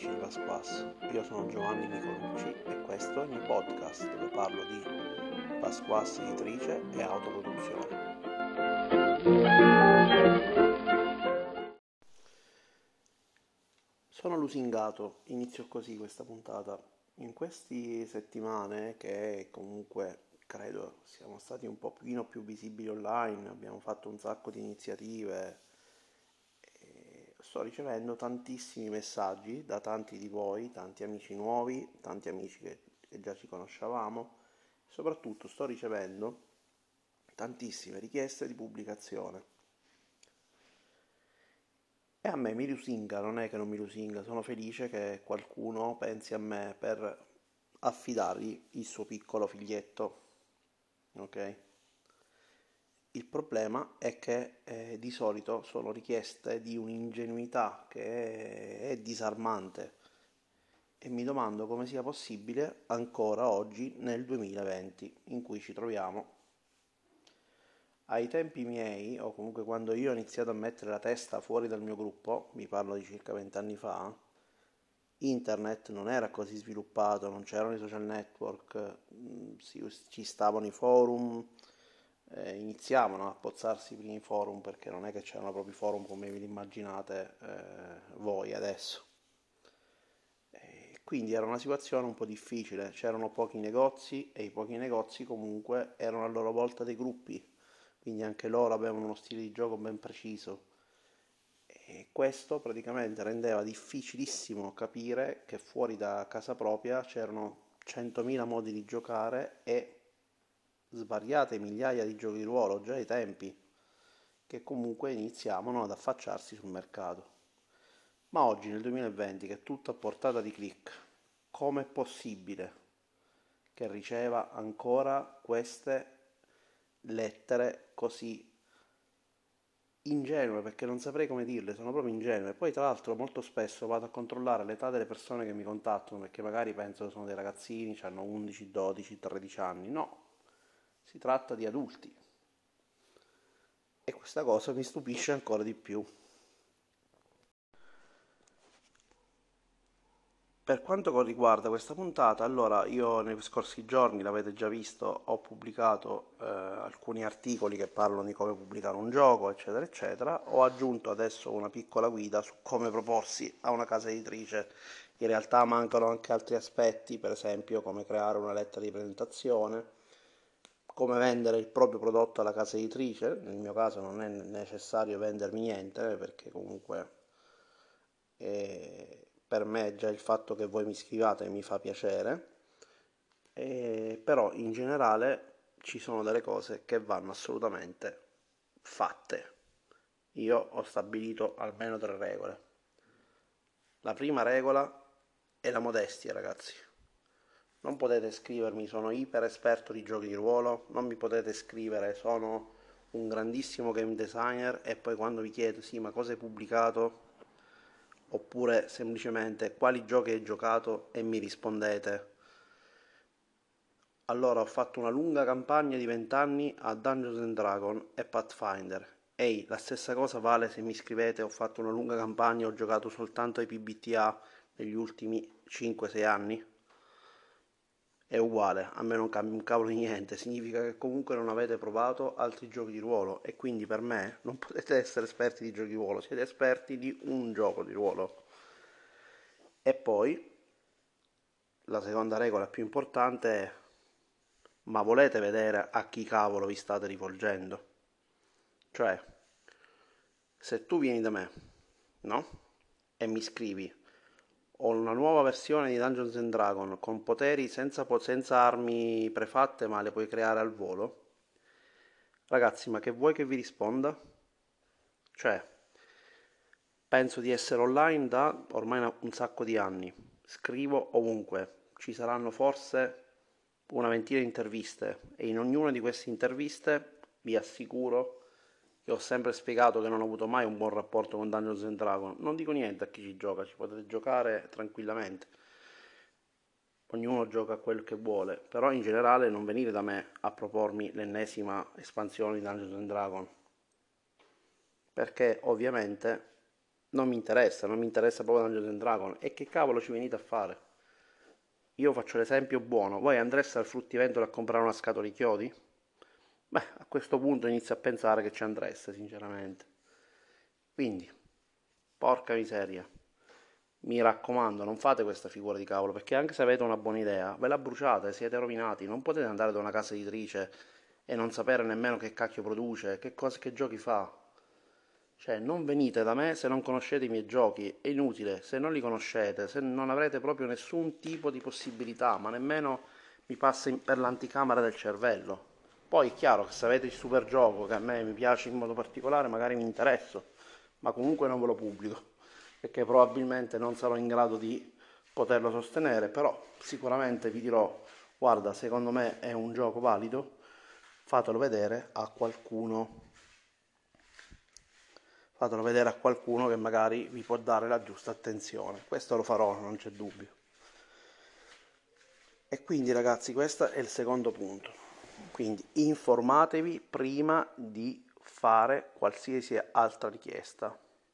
amici di Pasquas, io sono Giovanni Nicolucci e questo è il mio podcast dove parlo di Pasquas editrice e autoproduzione. Sono lusingato, inizio così questa puntata. In queste settimane che comunque credo siamo stati un pochino più visibili online, abbiamo fatto un sacco di iniziative. Sto ricevendo tantissimi messaggi da tanti di voi, tanti amici nuovi, tanti amici che già ci conoscevamo. Soprattutto sto ricevendo tantissime richieste di pubblicazione. E a me mi lusinga, non è che non mi lusinga, sono felice che qualcuno pensi a me per affidargli il suo piccolo figlietto, ok? Il problema è che di solito sono richieste di un'ingenuità che è disarmante e mi domando come sia possibile ancora oggi nel 2020 in cui ci troviamo. Ai tempi miei, o comunque quando io ho iniziato a mettere la testa fuori dal mio gruppo, vi parlo di circa 20 anni fa, internet non era così sviluppato, non c'erano i social network, ci stavano i forum. Iniziavano a pozzarsi i primi forum perché non è che c'erano proprio forum come vi immaginate voi adesso. Quindi era una situazione un po' difficile, c'erano pochi negozi e i pochi negozi comunque erano a loro volta dei gruppi, quindi anche loro avevano uno stile di gioco ben preciso e questo praticamente rendeva difficilissimo capire che fuori da casa propria c'erano 100.000 modi di giocare e svariate migliaia di giochi di ruolo già ai tempi che comunque iniziavano ad affacciarsi sul mercato. Ma oggi nel 2020 che è tutto a portata di click, com'è possibile che riceva ancora queste lettere così ingenue, perché non saprei come dirle, sono proprio ingenue. Poi tra l'altro molto spesso vado a controllare l'età delle persone che mi contattano perché magari penso che sono dei ragazzini, hanno 11, 12, 13 anni. No, si tratta di adulti. E questa cosa mi stupisce ancora di più. Per quanto riguarda questa puntata, allora io nei scorsi giorni, l'avete già visto, ho pubblicato alcuni articoli che parlano di come pubblicare un gioco, eccetera, eccetera. Ho aggiunto adesso una piccola guida su come proporsi a una casa editrice. In realtà mancano anche altri aspetti, per esempio come creare una lettera di presentazione, come vendere il proprio prodotto alla casa editrice. Nel mio caso non è necessario vendermi niente, perché comunque per me già il fatto che voi mi scrivate mi fa piacere, però in generale ci sono delle cose che vanno assolutamente fatte. Io ho stabilito almeno 3 regole. La prima regola è la modestia, ragazzi. Non potete scrivermi sono iper esperto di giochi di ruolo, non mi potete scrivere sono un grandissimo game designer e poi quando vi chiedo sì ma cosa hai pubblicato, oppure semplicemente quali giochi hai giocato e mi rispondete allora ho fatto una lunga campagna di 20 anni a Dungeons and Dragons e Pathfinder. Ehi, la stessa cosa vale se mi scrivete ho fatto una lunga campagna e ho giocato soltanto ai PBTA negli ultimi 5-6 anni? È uguale, a me non cambia un cavolo di niente, significa che comunque non avete provato altri giochi di ruolo e quindi per me non potete essere esperti di giochi di ruolo, siete esperti di un gioco di ruolo. E poi la seconda regola più importante è: ma volete vedere a chi cavolo vi state rivolgendo? Cioè, se tu vieni da me, no? E mi scrivi, ho una nuova versione di Dungeons and Dragons con poteri senza armi prefatte ma le puoi creare al volo. Ragazzi, ma che vuoi che vi risponda? Cioè, penso di essere online da ormai un sacco di anni. Scrivo ovunque. Ci saranno forse una ventina di interviste e in ognuna di queste interviste vi assicuro che ho sempre spiegato che non ho avuto mai un buon rapporto con Dungeons and Dragons. Non dico niente a chi ci gioca, ci potete giocare tranquillamente. Ognuno gioca a quel che vuole, però in generale non venire da me a propormi l'ennesima espansione di Dungeons and Dragons, perché ovviamente non mi interessa proprio Dungeons and Dragons. E che cavolo ci venite a fare? Io faccio l'esempio buono, voi andreste al fruttivendolo a comprare una scatola di chiodi? Beh, a questo punto inizio a pensare che ci andreste, sinceramente. Quindi, porca miseria, mi raccomando, non fate questa figura di cavolo, perché anche se avete una buona idea, ve la bruciate, siete rovinati, non potete andare da una casa editrice e non sapere nemmeno che cacchio produce, che cose, che giochi fa. Cioè, non venite da me se non conoscete i miei giochi, è inutile, se non li conoscete, se non avrete proprio nessun tipo di possibilità, ma nemmeno mi passa per l'anticamera del cervello. Poi è chiaro che se avete il super gioco che a me mi piace in modo particolare, magari mi interesso, ma comunque non ve lo pubblico, perché probabilmente non sarò in grado di poterlo sostenere, però sicuramente vi dirò, guarda, secondo me è un gioco valido, fatelo vedere a qualcuno, fatelo vedere a qualcuno che magari vi può dare la giusta attenzione. Questo lo farò, non c'è dubbio. E quindi ragazzi, questo è il secondo punto. Quindi informatevi prima di fare qualsiasi altra richiesta.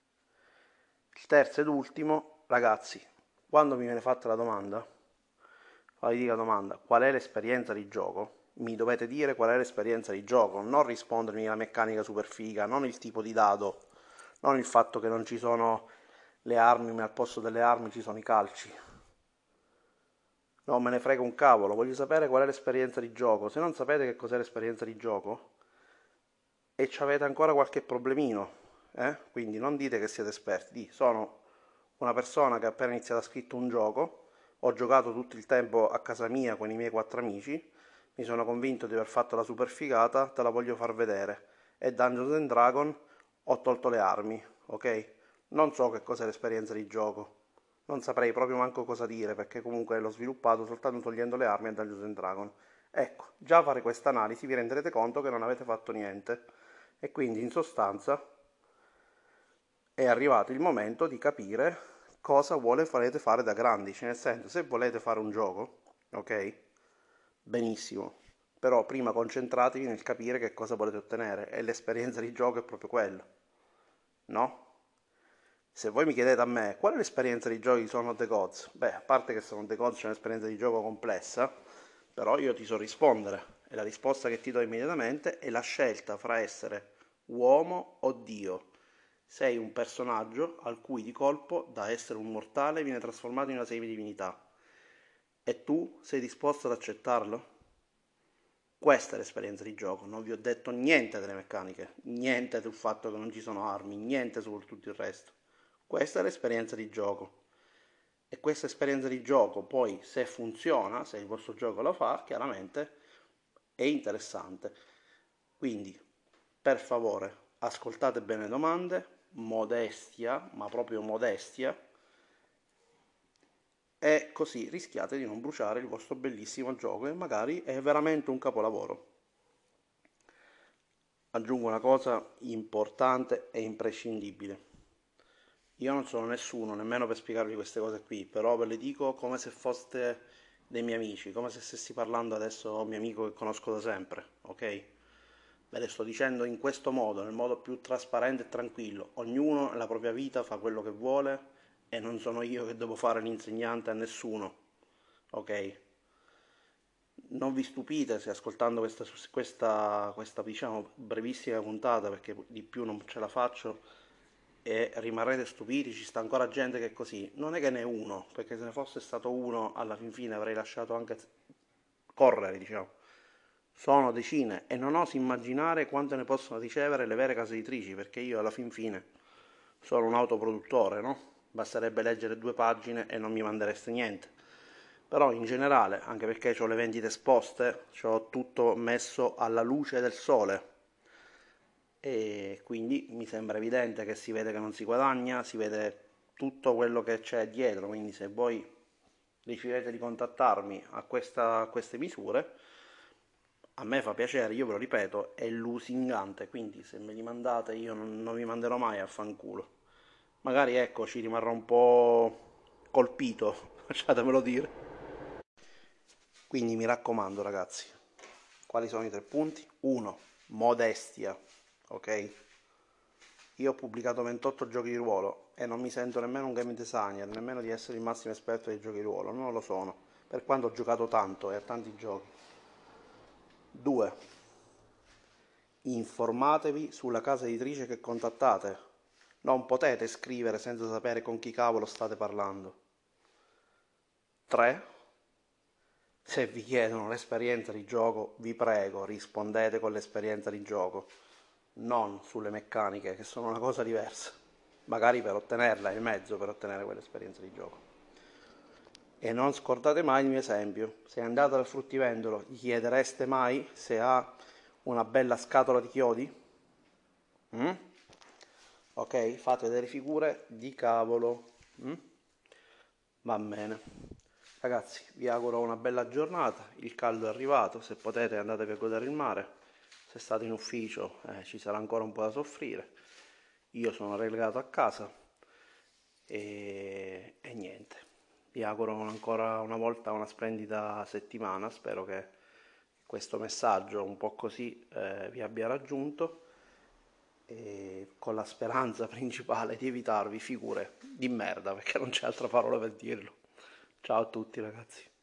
Il terzo ed ultimo, ragazzi, quando mi viene fatta la domanda, quando vi dico la domanda, qual è l'esperienza di gioco? Mi dovete dire qual è l'esperienza di gioco, non rispondermi la meccanica super figa, non il tipo di dado, non il fatto che non ci sono le armi, ma al posto delle armi ci sono i calci. No, me ne frega un cavolo, voglio sapere qual è l'esperienza di gioco. Se non sapete che cos'è l'esperienza di gioco e ci avete ancora qualche problemino, quindi non dite che siete esperti, sono una persona che ha appena iniziato a scritto un gioco, ho giocato tutto il tempo a casa mia con i miei 4 amici, mi sono convinto di aver fatto la super figata, te la voglio far vedere. E Dungeons and Dragons ho tolto le armi, ok? Non so che cos'è l'esperienza di gioco, non saprei proprio manco cosa dire, perché comunque l'ho sviluppato soltanto togliendo le armi a Dungeons and Dragons. Ecco, già fare questa analisi vi renderete conto che non avete fatto niente. E quindi in sostanza è arrivato il momento di capire cosa volete fare da grandi, cioè nel senso, se volete fare un gioco, ok? Benissimo, però prima concentratevi nel capire che cosa volete ottenere e l'esperienza di gioco è proprio quello, no? Se voi mi chiedete a me qual è l'esperienza di gioco di Son of the Gods, beh, a parte che Son of the Gods c'è un'esperienza di gioco complessa, però io ti so rispondere e la risposta che ti do immediatamente è la scelta fra essere uomo o Dio. Sei un personaggio al cui di colpo, da essere un mortale, viene trasformato in una semidivinità. E tu sei disposto ad accettarlo? Questa è l'esperienza di gioco, non vi ho detto niente delle meccaniche, niente sul fatto che non ci sono armi, niente su tutto il resto. Questa è l'esperienza di gioco. E questa esperienza di gioco poi, se funziona, se il vostro gioco lo fa, chiaramente è interessante. Quindi, per favore, ascoltate bene le domande, modestia, ma proprio modestia, e così rischiate di non bruciare il vostro bellissimo gioco e magari è veramente un capolavoro. Aggiungo una cosa importante e imprescindibile. Io non sono nessuno, nemmeno per spiegarvi queste cose qui, però ve le dico come se foste dei miei amici, come se stessi parlando adesso a un mio amico che conosco da sempre, ok? Ve le sto dicendo in questo modo, nel modo più trasparente e tranquillo. Ognuno nella propria vita fa quello che vuole e non sono io che devo fare l'insegnante a nessuno, ok? Non vi stupite se ascoltando questa diciamo brevissima puntata, perché di più non ce la faccio, e rimarrete stupiti, ci sta ancora gente che è così. Non è che ne è uno, perché se ne fosse stato uno alla fin fine avrei lasciato anche correre, diciamo. Sono decine e non oso immaginare quanto ne possono ricevere le vere case editrici, perché io alla fin fine sono un autoproduttore, no? Basterebbe leggere 2 pagine e non mi mandereste niente. Però in generale, anche perché ho le vendite esposte, ho tutto messo alla luce del sole e quindi mi sembra evidente che si vede che non si guadagna, si vede tutto quello che c'è dietro, quindi se voi decidete di contattarmi a queste misure, a me fa piacere, io ve lo ripeto, è lusingante, quindi se me li mandate io non vi manderò mai a fanculo. Magari ecco, ci rimarrò un po' colpito, lasciatemelo dire. Quindi mi raccomando ragazzi, quali sono i 3 punti? 1. Modestia, ok? Io ho pubblicato 28 giochi di ruolo e non mi sento nemmeno un game designer, nemmeno di essere il massimo esperto dei giochi di ruolo, non lo sono, per quanto ho giocato tanto e a tanti giochi. 2. Informatevi sulla casa editrice che contattate. Non potete scrivere senza sapere con chi cavolo state parlando. 3. Se vi chiedono l'esperienza di gioco, vi prego, rispondete con l'esperienza di gioco, non sulle meccaniche, che sono una cosa diversa. Magari per ottenerla è il mezzo per ottenere quell'esperienza di gioco. E non scordate mai il mio esempio. Se andate dal fruttivendolo, gli chiedereste mai se ha una bella scatola di chiodi? Mm? Ok? Fate delle figure di cavolo. Mm? Va bene. Ragazzi, vi auguro una bella giornata. Il caldo è arrivato. Se potete andatevi a godere il mare. Se state in ufficio ci sarà ancora un po' da soffrire. Io sono relegato a casa e niente. Vi auguro ancora una volta una splendida settimana. Spero che questo messaggio un po' così vi abbia raggiunto, e con la speranza principale di evitarvi figure di merda, perché non c'è altra parola per dirlo. Ciao a tutti ragazzi.